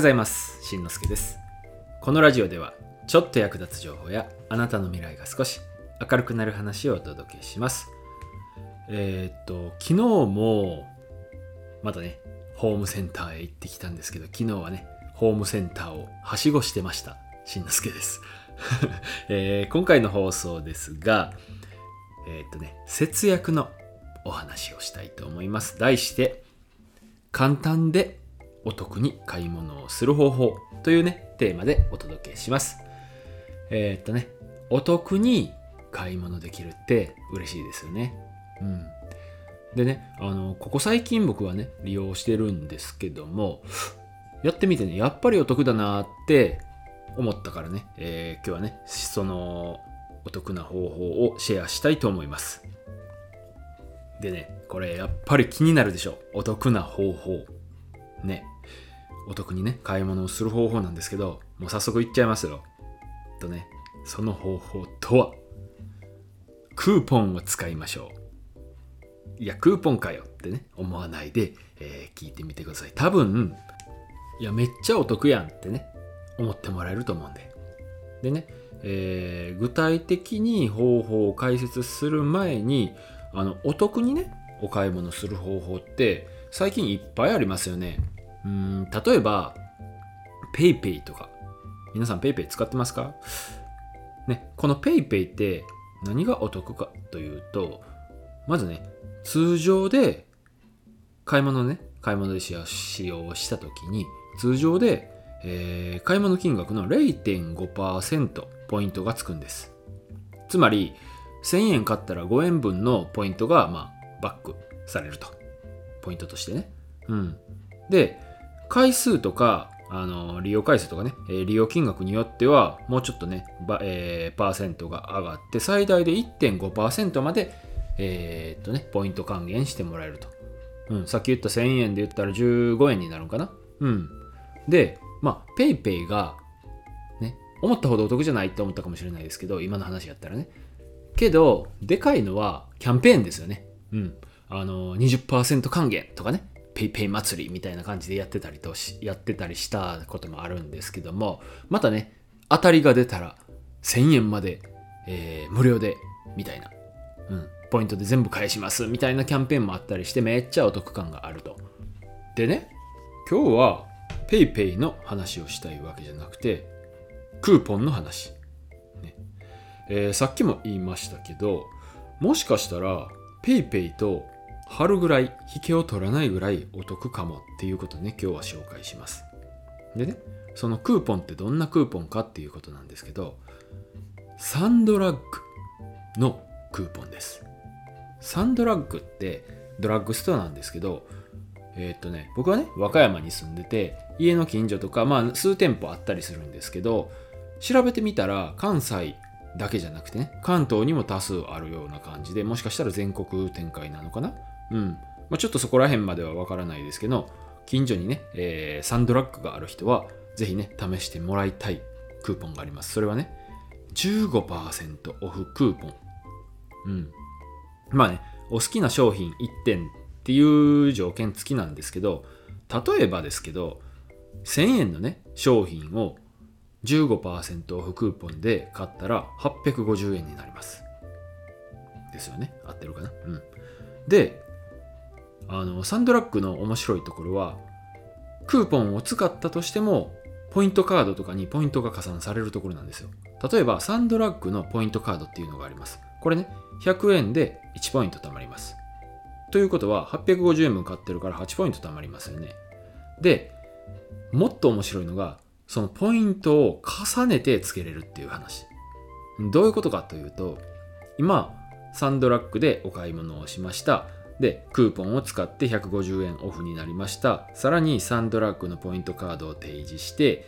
ございます。しんのすけです。このラジオではちょっと役立つ情報やあなたの未来が少し明るくなる話をお届けします。昨日もまたねホームセンターへ行ってきたんですけど、昨日はねホームセンターをはしごしてました。しんのすけです。今回の放送ですが、節約のお話をしたいと思います。題して簡単でお得に買い物をする方法というねテーマでお届けします。お得に買い物できるって嬉しいですよね。でね、ここ最近僕はね利用してるんですけども、やってみてねやっぱりお得だなって思ったからね、今日はねそのお得な方法をシェアしたいと思います。でね、これやっぱり気になるでしょ。お得な方法ね、お得にね買い物をする方法なんですけど、もう早速言っちゃいますよ。その方法とはクーポンを使いましょう。いやクーポンかよってね思わないで、聞いてみてください。多分いやめっちゃお得やんってね思ってもらえると思うんでね、具体的に方法を解説する前にお得にねお買い物する方法って最近いっぱいありますよね。例えばペイペイとか、皆さんペイペイ使ってますかね。このペイペイって何がお得かというと、まずね通常で買い物で使用した時に通常で、買い物金額の 0.5% ポイントがつくんです。つまり1000円買ったら5円分のポイントがバックされると、ポイントとしてね。で回数とか利用回数とかね、利用金額によってはもうちょっとね、パーセントが上がって最大で 1.5% まで、ポイント還元してもらえると。さっき言った1000円で言ったら15円になるのかな。で、ペイペイがね、思ったほどお得じゃないって思ったかもしれないですけど、今の話やったらね。けど、でかいのはキャンペーンですよね。20% 還元とかね。ペイペイ祭りみたいな感じでやってたりしたこともあるんですけども、またね当たりが出たら1000円まで、無料でみたいな、ポイントで全部返しますみたいなキャンペーンもあったりして、めっちゃお得感があると。でね、今日はペイペイの話をしたいわけじゃなくてクーポンの話、さっきも言いましたけど、もしかしたらペイペイと貼るぐらい引けを取らないぐらいお得かもっていうことね、今日は紹介します。でね、そのクーポンってどんなクーポンかっていうことなんですけど、サンドラッグのクーポンです。サンドラッグってドラッグストアなんですけど、僕はね和歌山に住んでて、家の近所とか数店舗あったりするんですけど、調べてみたら関西だけじゃなくてね、関東にも多数あるような感じで、もしかしたら全国展開なのかな。ちょっとそこら辺まではわからないですけど、近所にね、サンドラッグがある人はぜひね試してもらいたいクーポンがあります。それはね 15% オフクーポン。お好きな商品1点っていう条件付きなんですけど、例えばですけど1000円のね商品を15% オフクーポンで買ったら850円になりますですよね。合ってるかな。でサンドラッグの面白いところは、クーポンを使ったとしてもポイントカードとかにポイントが加算されるところなんですよ。例えばサンドラッグのポイントカードっていうのがあります。これね100円で1ポイント貯まります。ということは850円分買ってるから8ポイント貯まりますよね。でもっと面白いのが、そのポイントを重ねてつけれるっていう話。どういうことかというと、今サンドラッグでお買い物をしました。でクーポンを使って150円オフになりました。さらにサンドラッグのポイントカードを提示して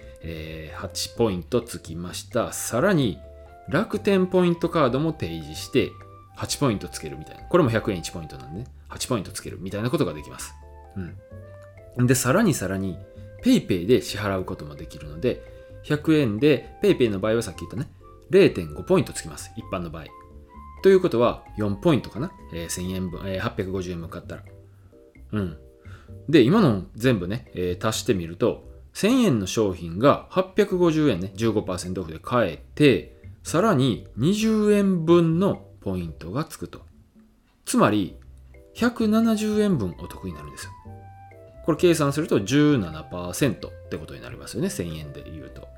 、8ポイントつきました。さらに楽天ポイントカードも提示して8ポイントつけるみたいな。これも100円1ポイントなんでね、8ポイントつけるみたいなことができます。でさらにペイペイで支払うこともできるので、100円でペイペイの場合はさっき言ったね 0.5 ポイントつきます、一般の場合。ということは4ポイントかな、1000円分、850円分買ったら。で今の全部ね、足してみると 1000円の商品が850円ね、15% オフで買えて、さらに20円分のポイントがつくと。つまり、170円分お得になるんですよ。これ計算すると 17% ってことになりますよね、1000円で言うと。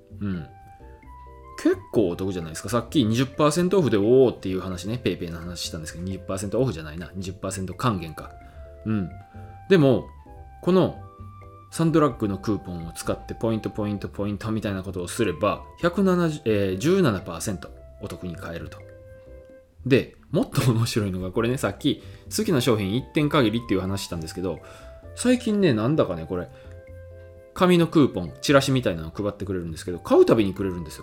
結構お得じゃないですか。さっき 20% オフでおーっていう話ね、ペイペイの話したんですけど、20% オフじゃないな、20% 還元か。でも、このサンドラッグのクーポンを使ってポイントみたいなことをすれば、17% お得に買えると。で、もっと面白いのが、これね、さっき好きな商品1点限りっていう話したんですけど、最近ね、なんだかね、これ、紙のクーポン、チラシみたいなのを配ってくれるんですけど、買うたびにくれるんですよ。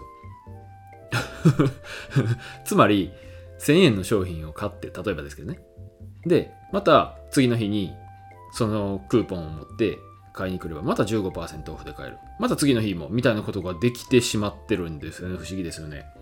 つまり、1000円の商品を買って、例えばですけどね。で、また次の日に、そのクーポンを持って買いに来れば、また 15% オフで買える。また次の日も、みたいなことができてしまってるんですよね。不思議ですよね。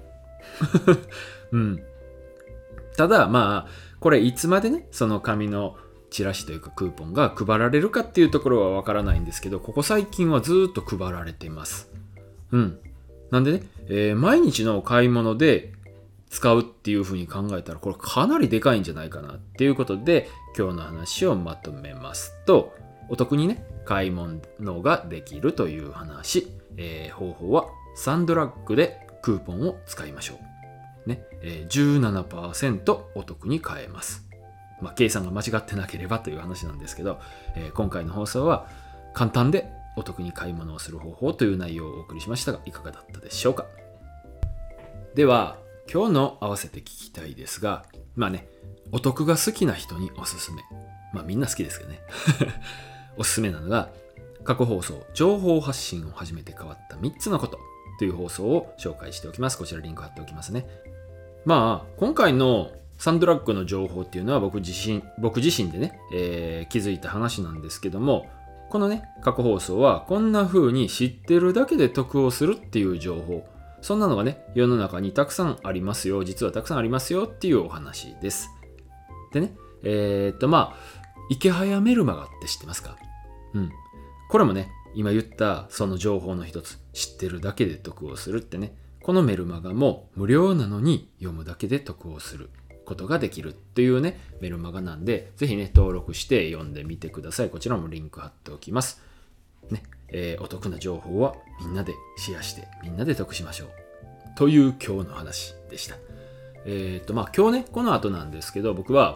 ただ、まあ、これいつまでね、その紙のチラシというかクーポンが配られるかっていうところはわからないんですけど、ここ最近はずっと配られています。なんでね、毎日の買い物で使うっていう風に考えたら、これかなりでかいんじゃないかなっていうことで、今日の話をまとめますと、お得にね、買い物ができるという話、方法はサンドラッグでクーポンを使いましょう。ね、17% お得に買えます。計算が間違ってなければという話なんですけど、今回の放送は簡単でお得に買い物をする方法という内容をお送りしましたが、いかがだったでしょうか。では、今日の合わせて聞きたいですが、お得が好きな人におすすめ。みんな好きですけどね。おすすめなのが、過去放送、情報発信を始めて変わった3つのことという放送を紹介しておきます。こちらリンク貼っておきますね。今回のサンドラッグの情報っていうのは僕自身でね、気づいた話なんですけども、このね、過去放送はこんな風に知ってるだけで得をするっていう情報、そんなのがね、世の中にたくさんありますよ、実はたくさんありますよっていうお話です。でね、池早メルマガって知ってますか？これもね、今言ったその情報の一つ、知ってるだけで得をするってね、このメルマガも無料なのに読むだけで得をすることができるっていうね、メルマガなんで、ぜひね、登録して読んでみてください。こちらもリンク貼っておきます。ね、お得な情報はみんなでシェアしてみんなで得しましょう。という今日の話でした。今日ね、この後なんですけど、僕は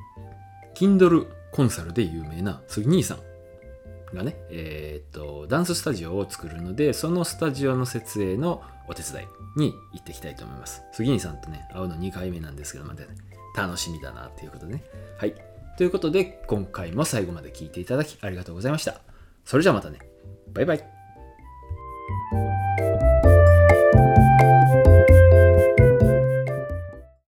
Kindle コンサルで有名な杉兄さんがね、ダンススタジオを作るので、そのスタジオの設営のお手伝いに行ってきたいと思います。杉兄さんとね、会うの2回目なんですけど、またね、楽しみだなっていうことでね。はい。ということで、今回も最後まで聞いていただきありがとうございました。それじゃあまたね。バイバイ。